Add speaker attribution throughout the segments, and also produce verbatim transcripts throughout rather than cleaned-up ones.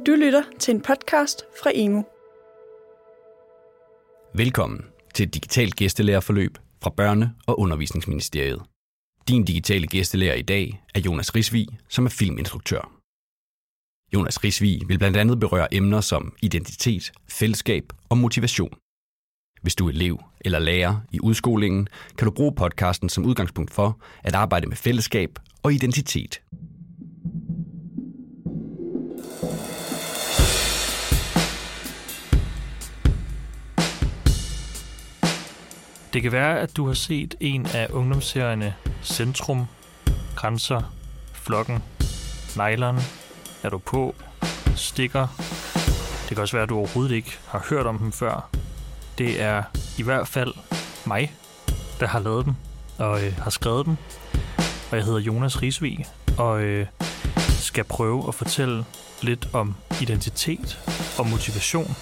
Speaker 1: Du lytter til en podcast fra Emu.
Speaker 2: Velkommen til et digitalt gæstelærerforløb fra Børne- og Undervisningsministeriet. Din digitale gæstelærer i dag er Jonas Risvig, som er filminstruktør. Jonas Risvig vil blandt andet berøre emner som identitet, fællesskab og motivation. Hvis du er elev eller lærer i udskolingen, kan du bruge podcasten som udgangspunkt for at arbejde med fællesskab og identitet.
Speaker 3: Det kan være, at du har set en af ungdomsserierne Centrum, Grænser, Flokken, Nylon, Er du på, Stikker. Det kan også være, at du overhovedet ikke har hørt om dem før. Det er i hvert fald mig, der har lavet dem og øh, har skrevet dem. Og jeg hedder Jonas Risvig og øh, skal prøve at fortælle lidt om identitet og motivation.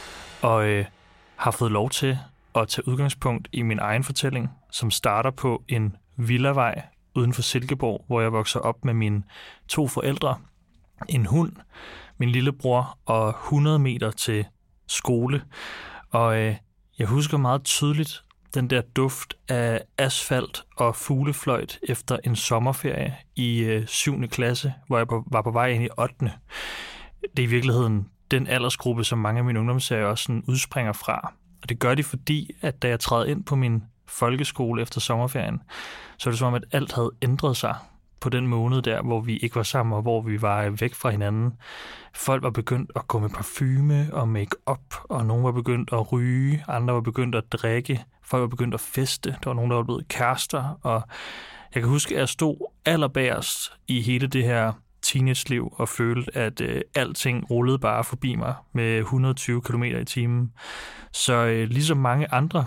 Speaker 3: Og øh, har fået lov til at tage udgangspunkt i min egen fortælling, som starter på en villavej uden for Silkeborg, hvor jeg vokser op med mine to forældre, en hund, min lillebror og hundrede meter til skole. Og øh, jeg husker meget tydeligt den der duft af asfalt og fuglefløjt efter en sommerferie i øh, syvende klasse, hvor jeg på, var på vej ind i ottende. Det er i virkeligheden den aldersgruppe, som mange af mine ungdomsserier også sådan udspringer fra. Og det gør de, fordi at da jeg træder ind på min folkeskole efter sommerferien, så er det som om, at alt havde ændret sig på den måned der, hvor vi ikke var sammen, og hvor vi var væk fra hinanden. Folk var begyndt at gå med parfume og make-up, og nogen var begyndt at ryge, andre var begyndt at drikke, folk var begyndt at feste, der var nogen, der var blevet kærester, og jeg kan huske, at jeg stod allerbærest i hele det her teenage-liv og følte, at øh, alting rullede bare forbi mig med et hundrede og tyve kilometer i timen. Så øh, ligesom mange andre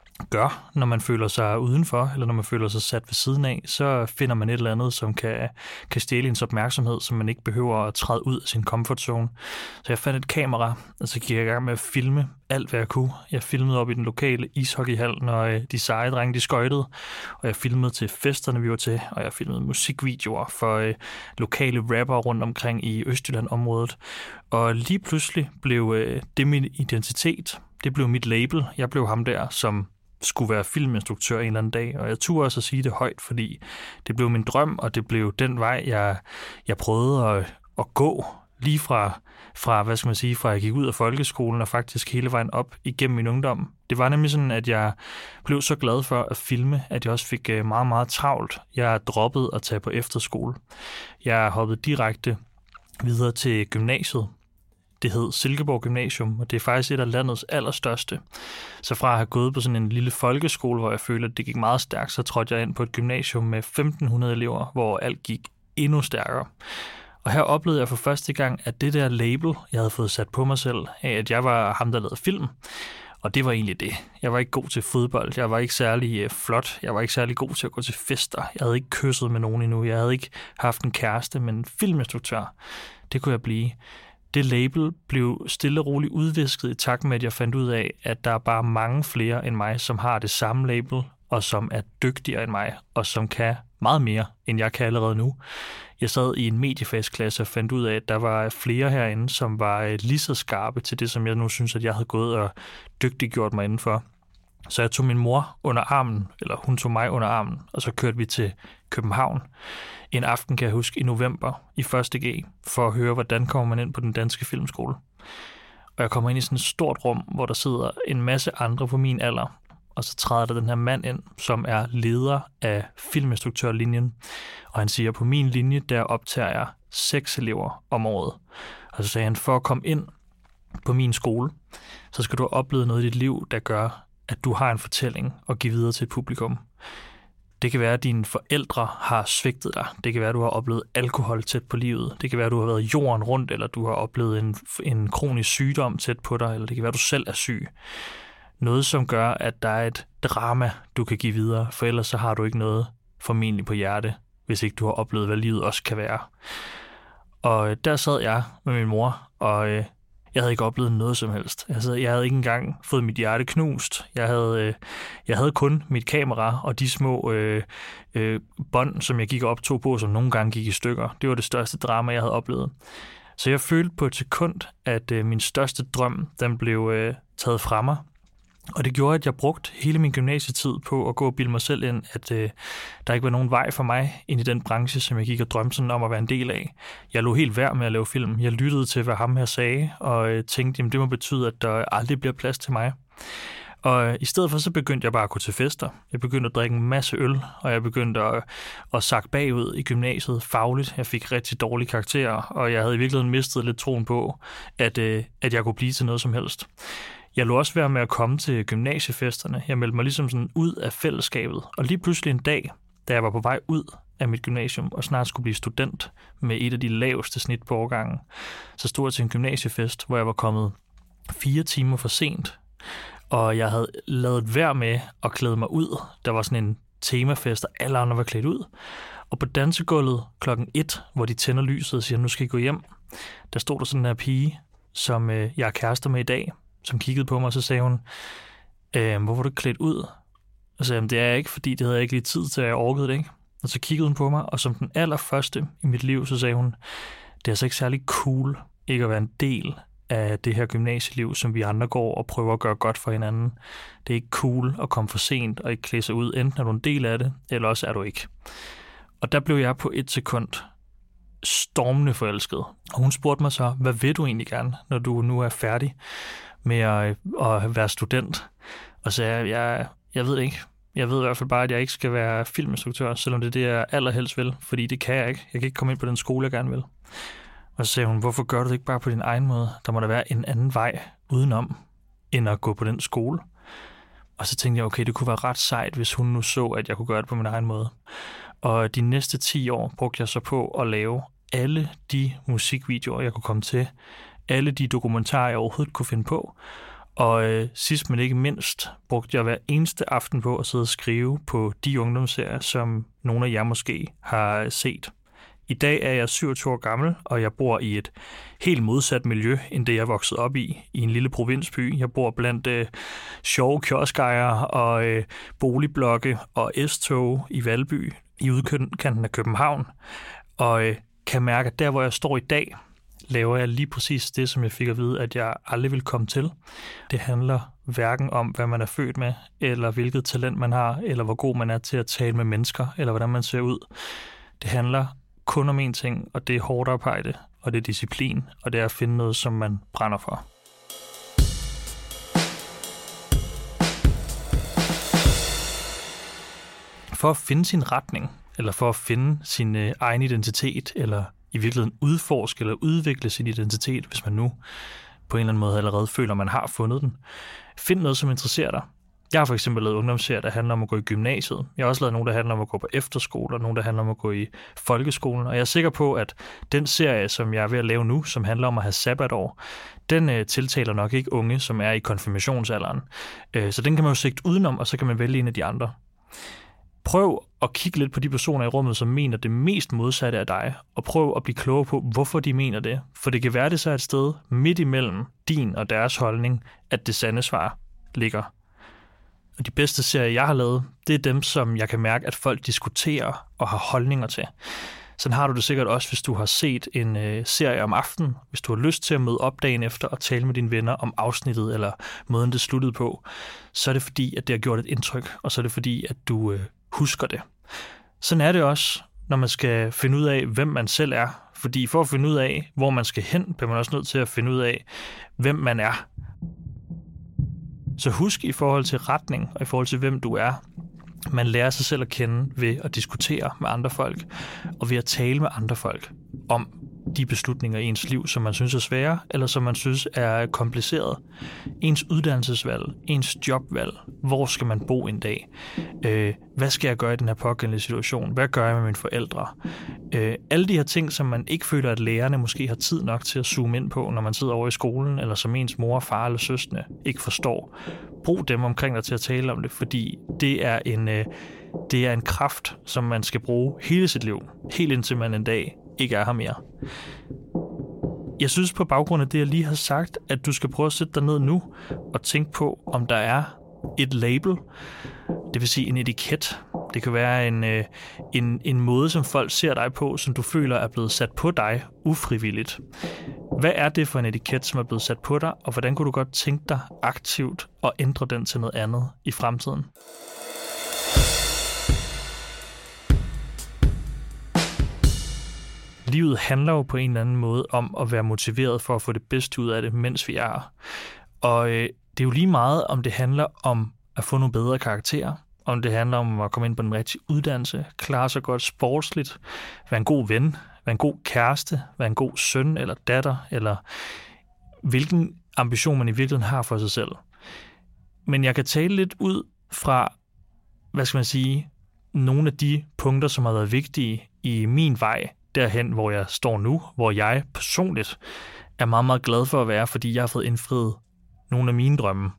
Speaker 3: gør, når man føler sig udenfor, eller når man føler sig sat ved siden af, så finder man et eller andet, som kan, kan stjæle ens opmærksomhed, så man ikke behøver at træde ud af sin comfort zone. Så jeg fandt et kamera, og så gik jeg i gang med at filme alt, hvad jeg kunne. Jeg filmede op i den lokale ishockeyhal, når de seje drenge, de skøjtede, og jeg filmede til festerne, vi var til, og jeg filmede musikvideoer for øh, lokale rapper rundt omkring i Østjylland-området. Og lige pludselig blev øh, det min identitet. Det blev mit label. Jeg blev ham der, som skulle være filminstruktør en eller anden dag, og jeg turde også at sige det højt, fordi det blev min drøm, og det blev den vej, jeg, jeg prøvede at, at gå, lige fra, fra, hvad skal man sige, fra jeg gik ud af folkeskolen, og faktisk hele vejen op igennem min ungdom. Det var nemlig sådan, at jeg blev så glad for at filme, at jeg også fik meget, meget travlt. Jeg droppede at tage på efterskole. Jeg hoppede direkte videre til gymnasiet. Det hed Silkeborg Gymnasium, og det er faktisk et af landets allerstørste. Så fra at have gået på sådan en lille folkeskole, hvor jeg følte, at det gik meget stærkt, så trådte jeg ind på et gymnasium med femten hundrede elever, hvor alt gik endnu stærkere. Og her oplevede jeg for første gang, at det der label, jeg havde fået sat på mig selv, af at jeg var ham, der lavede film, og det var egentlig det. Jeg var ikke god til fodbold, jeg var ikke særlig øh, flot, jeg var ikke særlig god til at gå til fester, jeg havde ikke kysset med nogen endnu, jeg havde ikke haft en kæreste, men filminstruktør, det kunne jeg blive. Det label blev stille og roligt udvisket i takt med, at jeg fandt ud af, at der er bare mange flere end mig, som har det samme label, og som er dygtigere end mig, og som kan meget mere, end jeg kan allerede nu. Jeg sad i en mediefagsklasse og fandt ud af, at der var flere herinde, som var lige så skarpe til det, som jeg nu synes, at jeg havde gået og dygtiggjort mig indenfor. Så jeg tog min mor under armen, eller hun tog mig under armen, og så kørte vi til København. En aften kan jeg huske i november i første G, for at høre, hvordan kommer man ind på den danske filmskole. Og jeg kommer ind i sådan et stort rum, hvor der sidder en masse andre på min alder, og så træder der den her mand ind, som er leder af filminstruktørlinjen. Og han siger, på min linje, der optager jeg seks elever om året. Og så sagde han, for at komme ind på min skole, så skal du have oplevet noget i dit liv, der gør, at du har en fortælling og give videre til et publikum. Det kan være, at dine forældre har svigtet dig. Det kan være, at du har oplevet alkohol tæt på livet. Det kan være, at du har været jorden rundt, eller du har oplevet en, en kronisk sygdom tæt på dig, eller det kan være, at du selv er syg. Noget, som gør, at der er et drama, du kan give videre, for ellers så har du ikke noget formentlig på hjerte, hvis ikke du har oplevet, hvad livet også kan være. Og der sad jeg med min mor, og øh, jeg havde ikke oplevet noget som helst. Altså, jeg havde ikke engang fået mit hjerte knust. Jeg havde, øh, jeg havde kun mit kamera og de små øh, øh, bånd, som jeg gik og optog på, som nogle gange gik i stykker. Det var det største drama, jeg havde oplevet. Så jeg følte på et sekund, at øh, min største drøm, den blev øh, taget fra mig. Og det gjorde, at jeg brugte hele min gymnasietid på at gå og bilde mig selv ind, at øh, der ikke var nogen vej for mig ind i den branche, som jeg gik og drømte sådan om at være en del af. Jeg lå helt værd med at lave film. Jeg lyttede til, hvad ham her sagde, og øh, tænkte, jamen det må betyde, at der aldrig bliver plads til mig. Og i stedet for, så begyndte jeg bare at gå til fester. Jeg begyndte at drikke en masse øl, og jeg begyndte at, at sakke bagud i gymnasiet fagligt. Jeg fik rigtig dårlige karakterer, og jeg havde i virkeligheden mistet lidt troen på, at, at jeg kunne blive til noget som helst. Jeg lå også være med at komme til gymnasiefesterne. Jeg meldte mig ligesom sådan ud af fællesskabet. Og lige pludselig en dag, da jeg var på vej ud af mit gymnasium og snart skulle blive student med et af de laveste snit på årgangen, så stod jeg til en gymnasiefest, hvor jeg var kommet fire timer for sent. Og jeg havde lavet vær med at klæde mig ud. Der var sådan en temafest, og alle andre var klædt ud. Og på dansegulvet klokken et, hvor de tænder lyset og siger, nu skal I gå hjem, der stod der sådan en her pige, som øh, jeg er kærester med i dag, som kiggede på mig, og så sagde hun, øh, hvor var du klædt ud? Og så sagde jeg, det er jeg ikke, fordi det havde jeg ikke lige tid til, at jeg orkede det, ikke? Og så kiggede hun på mig, og som den allerførste i mit liv, så sagde hun, det er altså ikke særlig cool ikke at være en del af det her gymnasieliv, som vi andre går og prøver at gøre godt for hinanden. Det er ikke cool at komme for sent og ikke klæde sig ud. Enten er du en del af det, eller også er du ikke. Og der blev jeg på et sekund stormende forelsket. Og hun spurgte mig så, hvad vil du egentlig gerne, når du nu er færdig med at, at være student? Og så sagde jeg, jeg, jeg ved det ikke. Jeg ved i hvert fald bare, at jeg ikke skal være filminstruktør, selvom det er det, jeg allerhelst vil, fordi det kan jeg ikke. Jeg kan ikke komme ind på den skole, jeg gerne vil. Og så sagde hun, hvorfor gør du det ikke bare på din egen måde? Der må der være en anden vej udenom, end at gå på den skole. Og så tænkte jeg, okay, det kunne være ret sejt, hvis hun nu så, at jeg kunne gøre det på min egen måde. Og de næste ti år brugte jeg så på at lave alle de musikvideoer, jeg kunne komme til. Alle de dokumentarer, jeg overhovedet kunne finde på. Og øh, sidst men ikke mindst, brugte jeg hver eneste aften på at sidde og skrive på de ungdomsserier, som nogle af jer måske har set. I dag er jeg syvogtyve år gammel, og jeg bor i et helt modsat miljø, end det jeg voksede op i, i en lille provinsby. Jeg bor blandt øh, sjove kioskejere og øh, boligblokke og S-tog i Valby, i udkanten af København. Og øh, kan mærke, at der, hvor jeg står i dag, laver jeg lige præcis det, som jeg fik at vide, at jeg aldrig vil komme til. Det handler hverken om, hvad man er født med, eller hvilket talent man har, eller hvor god man er til at tale med mennesker, eller hvordan man ser ud. Det handler kun om én ting, og det er hårdt arbejde, og det er disciplin, og det er at finde noget, som man brænder for. For at finde sin retning, eller for at finde sin øh, egen identitet, eller i virkeligheden udforske eller udvikle sin identitet, hvis man nu på en eller anden måde allerede føler, at man har fundet den. Find noget, som interesserer dig. Jeg har for eksempel lavet ungdomsserier, der handler om at gå i gymnasiet. Jeg har også lavet nogle, der handler om at gå på efterskole, og nogle, der handler om at gå i folkeskolen. Og jeg er sikker på, at den serie, som jeg er ved at lave nu, som handler om at have sabbatår, den øh, tiltaler nok ikke unge, som er i konfirmationsalderen. Øh, så den kan man jo sigte udenom, og så kan man vælge en af de andre. Prøv at kigge lidt på de personer i rummet, som mener det mest modsatte af dig, og prøv at blive klogere på, hvorfor de mener det. For det kan være, det så et sted midt imellem din og deres holdning, at det sande svar ligger. Og de bedste serier, jeg har lavet, det er dem, som jeg kan mærke, at folk diskuterer og har holdninger til. Sådan har du det sikkert også, hvis du har set en øh, serie om aftenen, hvis du har lyst til at møde op dagen efter og tale med dine venner om afsnittet eller måden, det sluttede på, så er det fordi, at det har gjort et indtryk, og så er det fordi, at du øh, husker det. Sådan er det også, når man skal finde ud af, hvem man selv er. Fordi for at finde ud af, hvor man skal hen, bliver man også nødt til at finde ud af, hvem man er. Så husk i forhold til retning og i forhold til, hvem du er, man lærer sig selv at kende ved at diskutere med andre folk og ved at tale med andre folk om de beslutninger i ens liv, som man synes er svære, eller som man synes er kompliceret. Ens uddannelsesvalg, ens jobvalg, hvor skal man bo en dag? Øh, hvad skal jeg gøre i den her pågældende situation? Hvad gør jeg med mine forældre? Øh, alle de her ting, som man ikke føler, at lærerne måske har tid nok til at zoome ind på, når man sidder over i skolen, eller som ens mor, far eller søskende ikke forstår. Brug dem omkring dig til at tale om det, fordi det er en, øh, det er en kraft, som man skal bruge hele sit liv, helt indtil man en dag ikke er her mere. Jeg synes på baggrund af det, jeg lige har sagt, at du skal prøve at sætte dig ned nu og tænke på, om der er et label, det vil sige en etiket, Det kan være en, øh, en, en måde, som folk ser dig på, som du føler er blevet sat på dig ufrivilligt. Hvad er det for en etiket, som er blevet sat på dig, og hvordan kunne du godt tænke dig aktivt at ændre den til noget andet i fremtiden? Livet handler jo på en eller anden måde om at være motiveret for at få det bedste ud af det, mens vi er. Og øh, det er jo lige meget, om det handler om at få nogle bedre karakterer, om det handler om at komme ind på den rigtige uddannelse, klare sig godt sportsligt, være en god ven, være en god kæreste, være en god søn eller datter, eller hvilken ambition man i virkeligheden har for sig selv. Men jeg kan tale lidt ud fra, hvad skal man sige, nogle af de punkter, som har været vigtige i min vej derhen, hvor jeg står nu, hvor jeg personligt er meget, meget glad for at være, fordi jeg har fået indfriet nogle af mine drømme.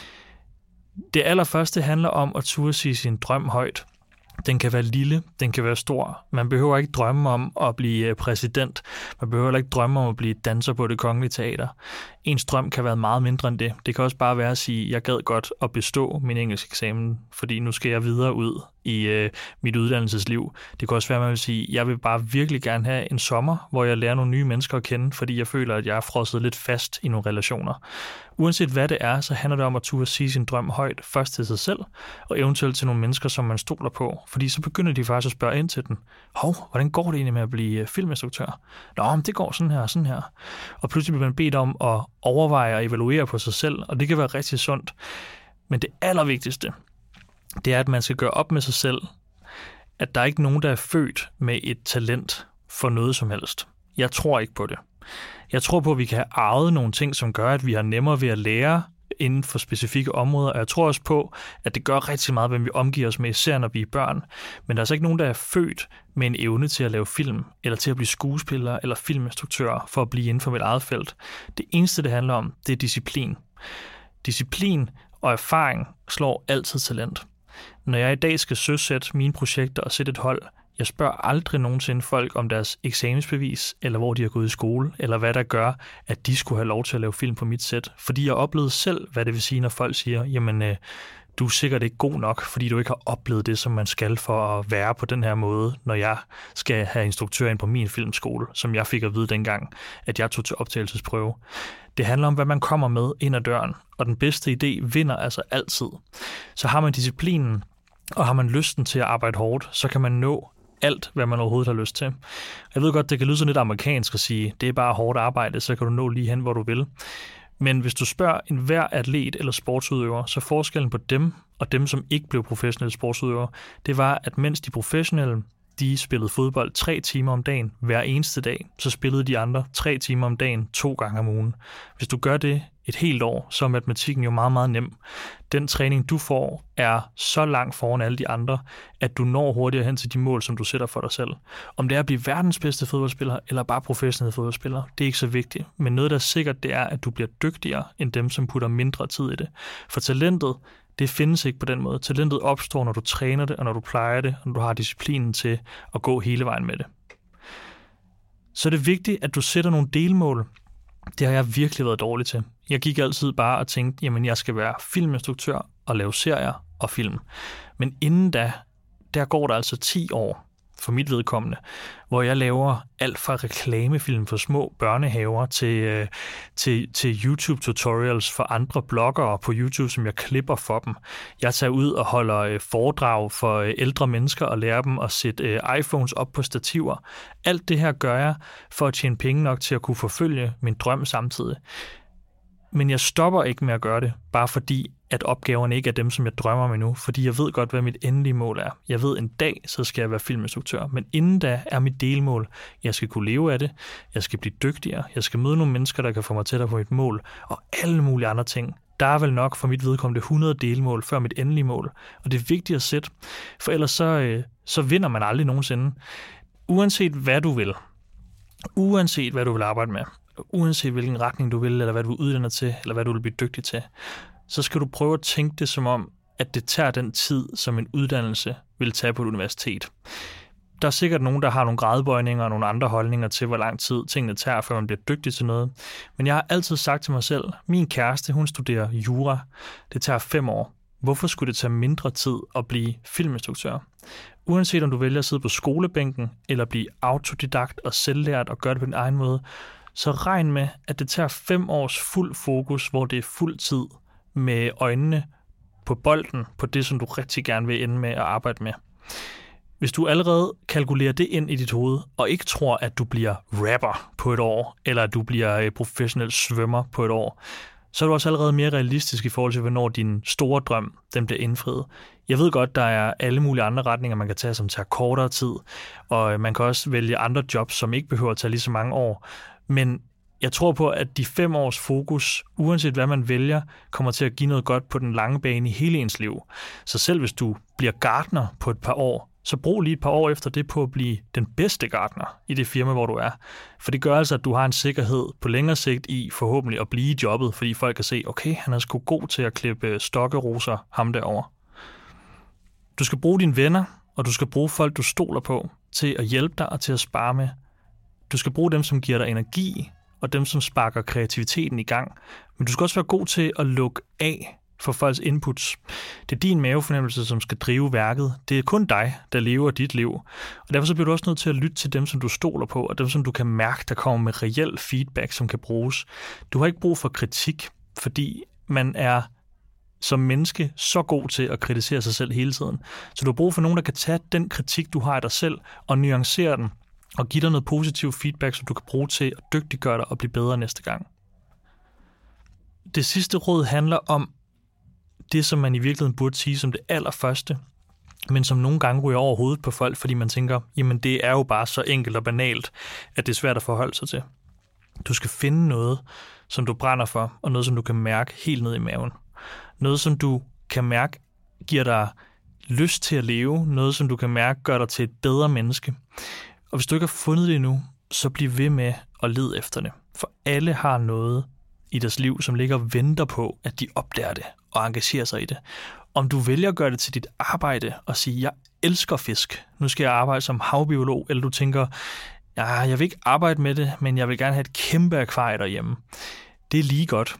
Speaker 3: Det allerførste handler om at turde sige sin drøm højt. Den kan være lille, den kan være stor. Man behøver ikke drømme om at blive præsident. Man behøver ikke drømme om at blive danser på Det Kongelige Teater. Ens drøm kan være meget mindre end det. Det kan også bare være at sige, at jeg gad godt at bestå min engelsk eksamen, fordi nu skal jeg videre ud i øh, mit uddannelsesliv. Det kan også være, at man vil sige, at jeg vil bare virkelig gerne have en sommer, hvor jeg lærer nogle nye mennesker at kende, fordi jeg føler, at jeg er frosset lidt fast i nogle relationer. Uanset hvad det er, så handler det om at turde sige sin drøm højt, først til sig selv, og eventuelt til nogle mennesker, som man stoler på. Fordi så begynder de faktisk at spørge ind til den. Hov, hvordan går det egentlig med at blive filminstruktør? Nå, men det går sådan her og sådan her. Og pludselig bliver man bedt om at overveje og evaluere på sig selv, og det kan være rigtig sundt. Men det allervigtigste, det er, at man skal gøre op med sig selv, at der er ikke nogen, der er født med et talent for noget som helst. Jeg tror ikke på det. Jeg tror på, at vi kan have arvet nogle ting, som gør, at vi har nemmere ved at lære inden for specifikke områder, og jeg tror også på, at det gør rigtig meget, hvem vi omgiver os med, især når vi er børn. Men der er altså ikke nogen, der er født med en evne til at lave film, eller til at blive skuespiller eller filminstruktør for at blive inden for mit eget felt. Det eneste, det handler om, det er disciplin. Disciplin og erfaring slår altid talent. Når jeg i dag skal søsætte mine projekter og sætte et hold, jeg spørger aldrig nogensinde folk om deres eksamensbevis, eller hvor de har gået i skole, eller hvad der gør, at de skulle have lov til at lave film på mit sæt. Fordi jeg oplevede selv, hvad det vil sige, når folk siger, jamen, øh, du er sikkert ikke god nok, fordi du ikke har oplevet det, som man skal for at være på den her måde, når jeg skal have instruktør ind på min filmskole, som jeg fik at vide dengang, at jeg tog til optagelsesprøve. Det handler om, hvad man kommer med ind ad døren, og den bedste idé vinder altså altid. Så har man disciplinen, og har man lysten til at arbejde hårdt, så kan man nå alt, hvad man overhovedet har lyst til. Jeg ved godt, det kan lyde sådan lidt amerikansk at sige, det er bare hårdt arbejde, så kan du nå lige hen, hvor du vil. Men hvis du spørger enhver atlet eller sportsudøver, så forskellen på dem og dem, som ikke blev professionelle sportsudøvere, det var, at mens de professionelle, de spillede fodbold tre timer om dagen hver eneste dag, så spillede de andre tre timer om dagen to gange om ugen. Hvis du gør det et helt år, så er matematikken jo meget, meget nem. Den træning, du får, er så langt foran alle de andre, at du når hurtigere hen til de mål, som du sætter for dig selv. Om det er at blive verdens bedste fodboldspiller, eller bare professionelle fodboldspiller, det er ikke så vigtigt. Men noget, der er sikkert, det er, at du bliver dygtigere end dem, som putter mindre tid i det. For talentet, det findes ikke på den måde. Talentet opstår, når du træner det, og når du plejer det, og når du har disciplinen til at gå hele vejen med det. Så er det vigtigt, at du sætter nogle delmål. Det har jeg virkelig været dårlig til. Jeg gik altid bare og tænkte, jamen jeg skal være filminstruktør og lave serier og film. Men inden da, der går der altså ti år for mit vedkommende, hvor jeg laver alt fra reklamefilm for små børnehaver til, til, til YouTube-tutorials for andre bloggere på YouTube, som jeg klipper for dem. Jeg tager ud og holder foredrag for ældre mennesker og lærer dem at sætte iPhones op på stativer. Alt det her gør jeg for at tjene penge nok til at kunne forfølge min drøm samtidig. Men jeg stopper ikke med at gøre det, bare fordi, at opgaverne ikke er dem, som jeg drømmer om endnu, fordi jeg ved godt, hvad mit endelige mål er. Jeg ved, en dag, så skal jeg være filminstruktør, men inden da er mit delmål, jeg skal kunne leve af det, jeg skal blive dygtigere, jeg skal møde nogle mennesker, der kan få mig tættere på mit mål, og alle mulige andre ting. Der er vel nok for mit vedkommende hundrede delmål før mit endelige mål, og det er vigtigt at sætte, for ellers så, så vinder man aldrig nogensinde. Uanset hvad du vil, uanset hvad du vil arbejde med, uanset hvilken retning du vil, eller hvad du er uddannet til, eller hvad du vil blive dygtig til, så skal du prøve at tænke det som om, at det tager den tid, som en uddannelse vil tage på et universitet. Der er sikkert nogen, der har nogle gradbøjninger og nogle andre holdninger til, hvor lang tid tingene tager, før man bliver dygtig til noget. Men jeg har altid sagt til mig selv, min kæreste, hun studerer jura. Det tager fem år. Hvorfor skulle det tage mindre tid at blive filminstruktør? Uanset om du vælger at sidde på skolebænken, eller blive autodidakt og selvlært og gøre det på din egen måde, så regn med, at det tager fem års fuld fokus, hvor det er fuld tid med øjnene på bolden, på det, som du rigtig gerne vil ende med at arbejde med. Hvis du allerede kalkulerer det ind i dit hoved, og ikke tror, at du bliver rapper på et år, eller at du bliver professionel svømmer på et år, så er du også allerede mere realistisk i forhold til, hvornår din store drøm den bliver indfriet. Jeg ved godt, der er alle mulige andre retninger, man kan tage, som tager kortere tid, og man kan også vælge andre jobs, som ikke behøver at tage lige så mange år. Men jeg tror på, at de fem års fokus, uanset hvad man vælger, kommer til at give noget godt på den lange bane i hele ens liv. Så selv hvis du bliver gartner på et par år, så brug lige et par år efter det på at blive den bedste gartner i det firma, hvor du er. For det gør altså, at du har en sikkerhed på længere sigt i forhåbentlig at blive i jobbet, fordi folk kan se, okay, han er sgu god til at klippe stokkeroser ham derovre. Du skal bruge dine venner, og du skal bruge folk, du stoler på, til at hjælpe dig og til at spare med. Du skal bruge dem, som giver dig energi, og dem, som sparker kreativiteten i gang. Men du skal også være god til at lukke af for folks inputs. Det er din mavefornemmelse, som skal drive værket. Det er kun dig, der lever dit liv. Og derfor så bliver du også nødt til at lytte til dem, som du stoler på, og dem, som du kan mærke, der kommer med reel feedback, som kan bruges. Du har ikke brug for kritik, fordi man er som menneske så god til at kritisere sig selv hele tiden. Så du har brug for nogen, der kan tage den kritik, du har af dig selv, og nuancere den, og give dig noget positiv feedback, som du kan bruge til at dygtiggøre dig og blive bedre næste gang. Det sidste råd handler om det, som man i virkeligheden burde sige som det allerførste, men som nogle gange ryger over hovedet på folk, fordi man tænker, jamen det er jo bare så enkelt og banalt, at det er svært at forholde sig til. Du skal finde noget, som du brænder for, og noget, som du kan mærke helt ned i maven. Noget, som du kan mærke giver dig lyst til at leve, noget, som du kan mærke gør dig til et bedre menneske. Og hvis du ikke har fundet det endnu, så bliv ved med at lede efter det. For alle har noget i deres liv, som ligger og venter på, at de opdager det og engagerer sig i det. Om du vælger at gøre det til dit arbejde og sige, jeg elsker fisk, nu skal jeg arbejde som havbiolog, eller du tænker, ja, jeg vil ikke arbejde med det, men jeg vil gerne have et kæmpe akvarie derhjemme. Det er lige godt.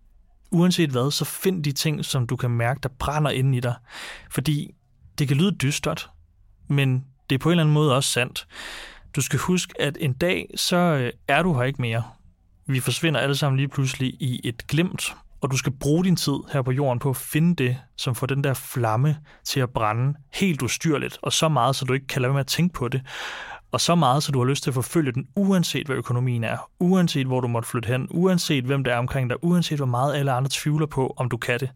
Speaker 3: Uanset hvad, så find de ting, som du kan mærke, der brænder inde i dig. Fordi det kan lyde dystert, men det er på en eller anden måde også sandt. Du skal huske, at en dag, så er du her ikke mere. Vi forsvinder alle sammen lige pludselig i et glimt, og du skal bruge din tid her på jorden på at finde det, som får den der flamme til at brænde helt ustyrligt, og så meget, så du ikke kan lade være med at tænke på det, og så meget, så du har lyst til at forfølge den, uanset hvad økonomien er, uanset hvor du måtte flytte hen, uanset hvem der er omkring dig, uanset hvor meget alle andre tvivler på, om du kan det.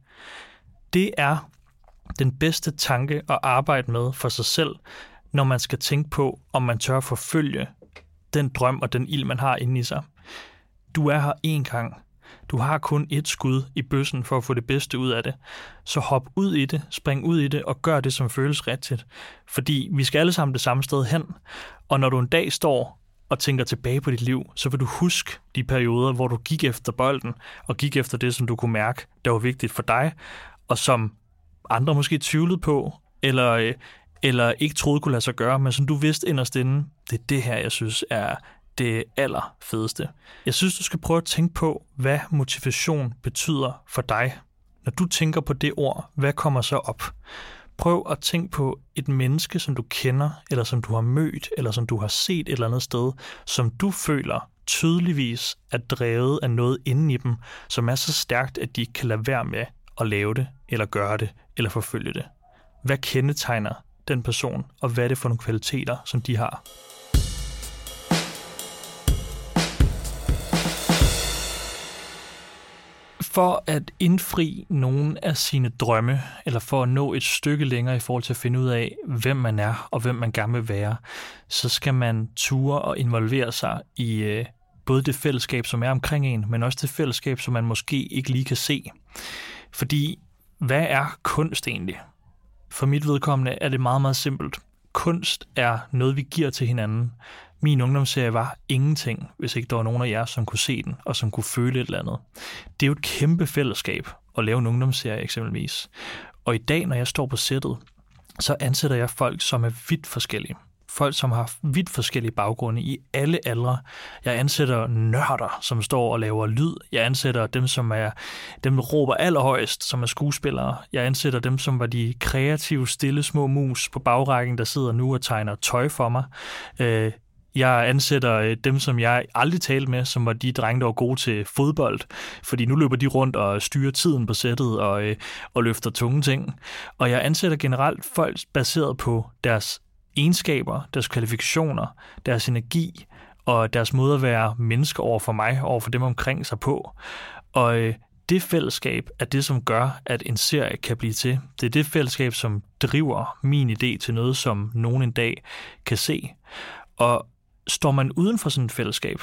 Speaker 3: Det er den bedste tanke at arbejde med for sig selv, når man skal tænke på, om man tør forfølge den drøm og den ild, man har inde i sig. Du er her én gang. Du har kun et skud i bøssen for at få det bedste ud af det. Så hop ud i det, spring ud i det og gør det, som føles rigtigt. Fordi vi skal alle sammen det samme sted hen. Og når du en dag står og tænker tilbage på dit liv, så vil du huske de perioder, hvor du gik efter bolden og gik efter det, som du kunne mærke, der var vigtigt for dig, og som andre måske tvivlede på, eller, eller ikke troede kunne lade sig gøre, men som du vidste inderst inde, det er det her, jeg synes er det allerfedeste. Jeg synes, du skal prøve at tænke på, hvad motivation betyder for dig. Når du tænker på det ord, hvad kommer så op? Prøv at tænke på et menneske, som du kender, eller som du har mødt, eller som du har set et eller andet sted, som du føler tydeligvis er drevet af noget inde i dem, som er så stærkt, at de ikke kan lade være med at lave det, eller gøre det, eller forfølge det. Hvad kendetegner den person, og hvad er det for nogle kvaliteter, som de har? For at indfri nogle af sine drømme, eller for at nå et stykke længere i forhold til at finde ud af, hvem man er og hvem man gerne vil være, så skal man ture og involvere sig i øh, både det fællesskab, som er omkring en, men også det fællesskab, som man måske ikke lige kan se. Fordi, hvad er kunst egentlig? For mit vedkommende er det meget, meget simpelt. Kunst er noget, vi giver til hinanden. Min ungdomsserie var ingenting, hvis ikke der var nogen af jer, som kunne se den, og som kunne føle et eller andet. Det er jo et kæmpe fællesskab at lave en ungdomsserie eksempelvis. Og i dag, når jeg står på sættet, så ansætter jeg folk, som er vidt forskellige. folk, som har vidt forskellige baggrunde i alle aldre. Jeg ansætter nørder, som står og laver lyd. Jeg ansætter dem, som er dem, der råber allerhøjst, som er skuespillere. Jeg ansætter dem, som var de kreative, stille små mus på bagrækken, der sidder nu og tegner tøj for mig. Øh, Jeg ansætter dem, som jeg aldrig talte med, som var de drenge, der var gode til fodbold. Fordi nu løber de rundt og styrer tiden på sættet og, øh, og løfter tunge ting. Og jeg ansætter generelt folk baseret på deres egenskaber, deres kvalifikationer, deres energi og deres måde at være mennesker over for mig, over for dem omkring sig på. Og øh, det fællesskab er det, som gør, at en serie kan blive til. Det er det fællesskab, som driver min idé til noget, som nogen en dag kan se. Og står man uden for sådan et fællesskab,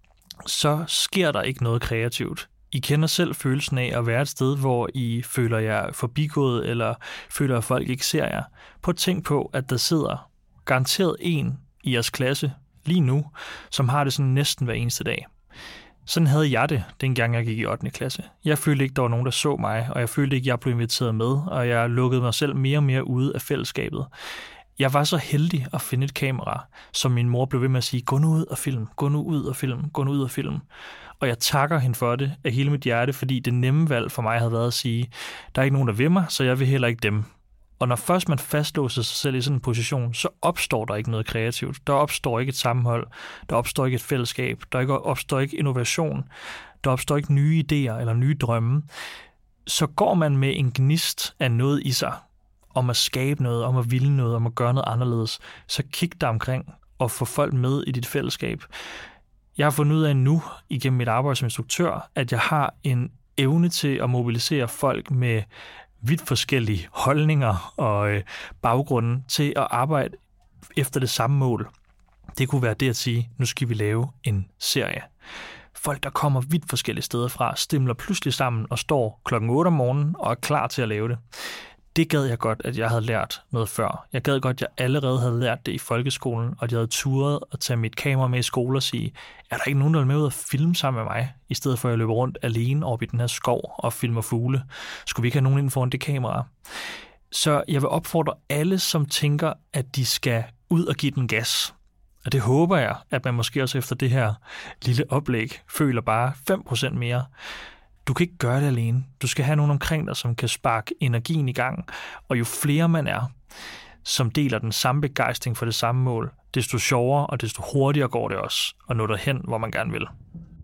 Speaker 3: så sker der ikke noget kreativt. I kender selv følelsen af at være et sted, hvor I føler jer forbigået, eller føler, at folk ikke ser jer. Prøv at tænk på, at der sidder garanteret en i jeres klasse lige nu, som har det sådan næsten hver eneste dag. Sådan havde jeg det, dengang jeg gik i ottende klasse. Jeg følte ikke, der var nogen, der så mig, og jeg følte ikke, jeg blev inviteret med, og jeg lukkede mig selv mere og mere ude af fællesskabet. Jeg var så heldig at finde et kamera, som min mor blev ved med at sige, gå nu ud og film, gå nu ud og film, gå nu ud og film. Og jeg takker hende for det af hele mit hjerte, fordi det nemme valg for mig havde været at sige, der er ikke nogen, der vil mig, så jeg vil heller ikke dem. Og når først man fastlåser sig selv i sådan en position, så opstår der ikke noget kreativt. Der opstår ikke et sammenhold, der opstår ikke et fællesskab, der opstår ikke innovation, der opstår ikke nye idéer eller nye drømme. Så går man med en gnist af noget i sig, om at skabe noget, om at ville noget, om at gøre noget anderledes, så kig dig omkring og få folk med i dit fællesskab. Jeg har fundet ud af nu, igennem mit arbejde som instruktør, at jeg har en evne til at mobilisere folk med vidt forskellige holdninger og øh, baggrunden til at arbejde efter det samme mål. Det kunne være det at sige, nu skal vi lave en serie. Folk, der kommer vidt forskellige steder fra, stimler pludselig sammen og står klokken otte om morgenen og er klar til at lave det. Det gad jeg godt, at jeg havde lært noget før. Jeg gad godt, at jeg allerede havde lært det i folkeskolen, og jeg havde turet at tage mit kamera med i skole og sige, er der ikke nogen, der vil med ud og filme sammen med mig, i stedet for at jeg løber rundt alene op i den her skov og filmer fugle? Skulle vi ikke have nogen inden foran det kamera? Så jeg vil opfordre alle, som tænker, at de skal ud og give den gas. Og det håber jeg, at man måske også efter det her lille oplæg føler bare fem procent mere. Du kan ikke gøre det alene. Du skal have nogen omkring dig, som kan sparke energien i gang. Og jo flere man er, som deler den samme begejstring for det samme mål, desto sjovere og desto hurtigere går det også at nå derhen, hvor man gerne vil.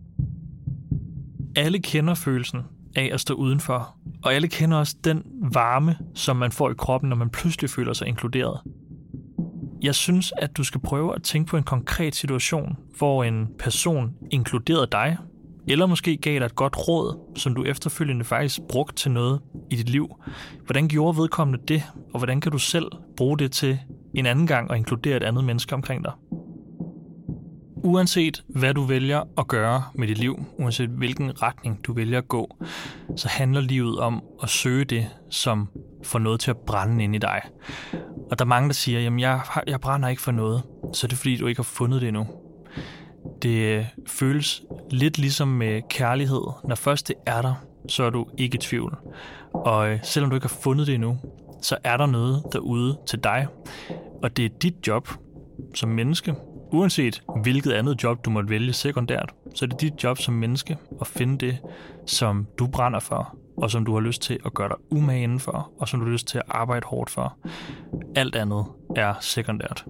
Speaker 3: Alle kender følelsen af at stå udenfor, og alle kender også den varme, som man får i kroppen, når man pludselig føler sig inkluderet. Jeg synes, at du skal prøve at tænke på en konkret situation, hvor en person inkluderede dig, eller måske gav dig et godt råd, som du efterfølgende faktisk brugte til noget i dit liv. Hvordan gjorde vedkommende det, og hvordan kan du selv bruge det til en anden gang og inkludere et andet menneske omkring dig? Uanset hvad du vælger at gøre med dit liv, uanset hvilken retning du vælger at gå, så handler livet om at søge det, som får noget til at brænde ind i dig. Og der er mange, der siger, jamen jeg, jeg brænder ikke for noget, så er det fordi, du ikke har fundet det endnu. Det føles lidt ligesom med kærlighed. Når først det er der, så er du ikke i tvivl. Og selvom du ikke har fundet det endnu, så er der noget derude til dig. Og det er dit job som menneske, uanset hvilket andet job du måtte vælge sekundært, så er det dit job som menneske at finde det, som du brænder for, og som du har lyst til at gøre dig umage indenfor, og som du har lyst til at arbejde hårdt for. Alt andet er sekundært.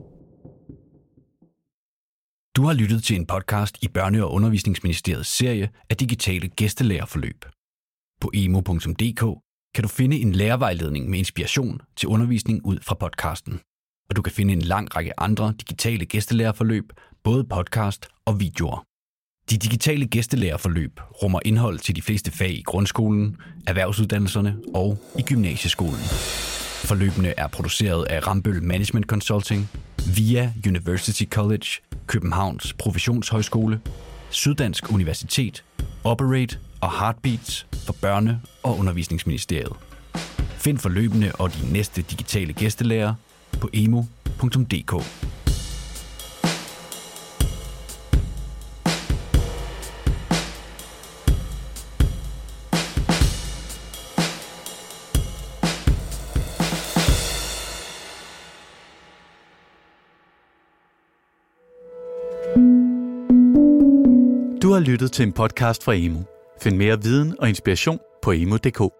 Speaker 2: Du har lyttet til en podcast i Børne- og Undervisningsministeriets serie af digitale gæstelærerforløb. På emo punktum d k kan du finde en lærervejledning med inspiration til undervisning ud fra podcasten. Og du kan finde en lang række andre digitale gæstelærerforløb, både podcast og videoer. De digitale gæstelærerforløb rummer indhold til de fleste fag i grundskolen, erhvervsuddannelserne og i gymnasieskolen. Forløbene er produceret af Rambøll Management Consulting, via University College, Københavns Professionshøjskole, Syddansk Universitet, Operate og Heartbeats for Børne- og Undervisningsministeriet. Find forløbene og de næste digitale gæstelærere på emo punktum d k.
Speaker 4: Du har lyttet til en podcast fra Emu. Find mere viden og inspiration på emu punktum d k.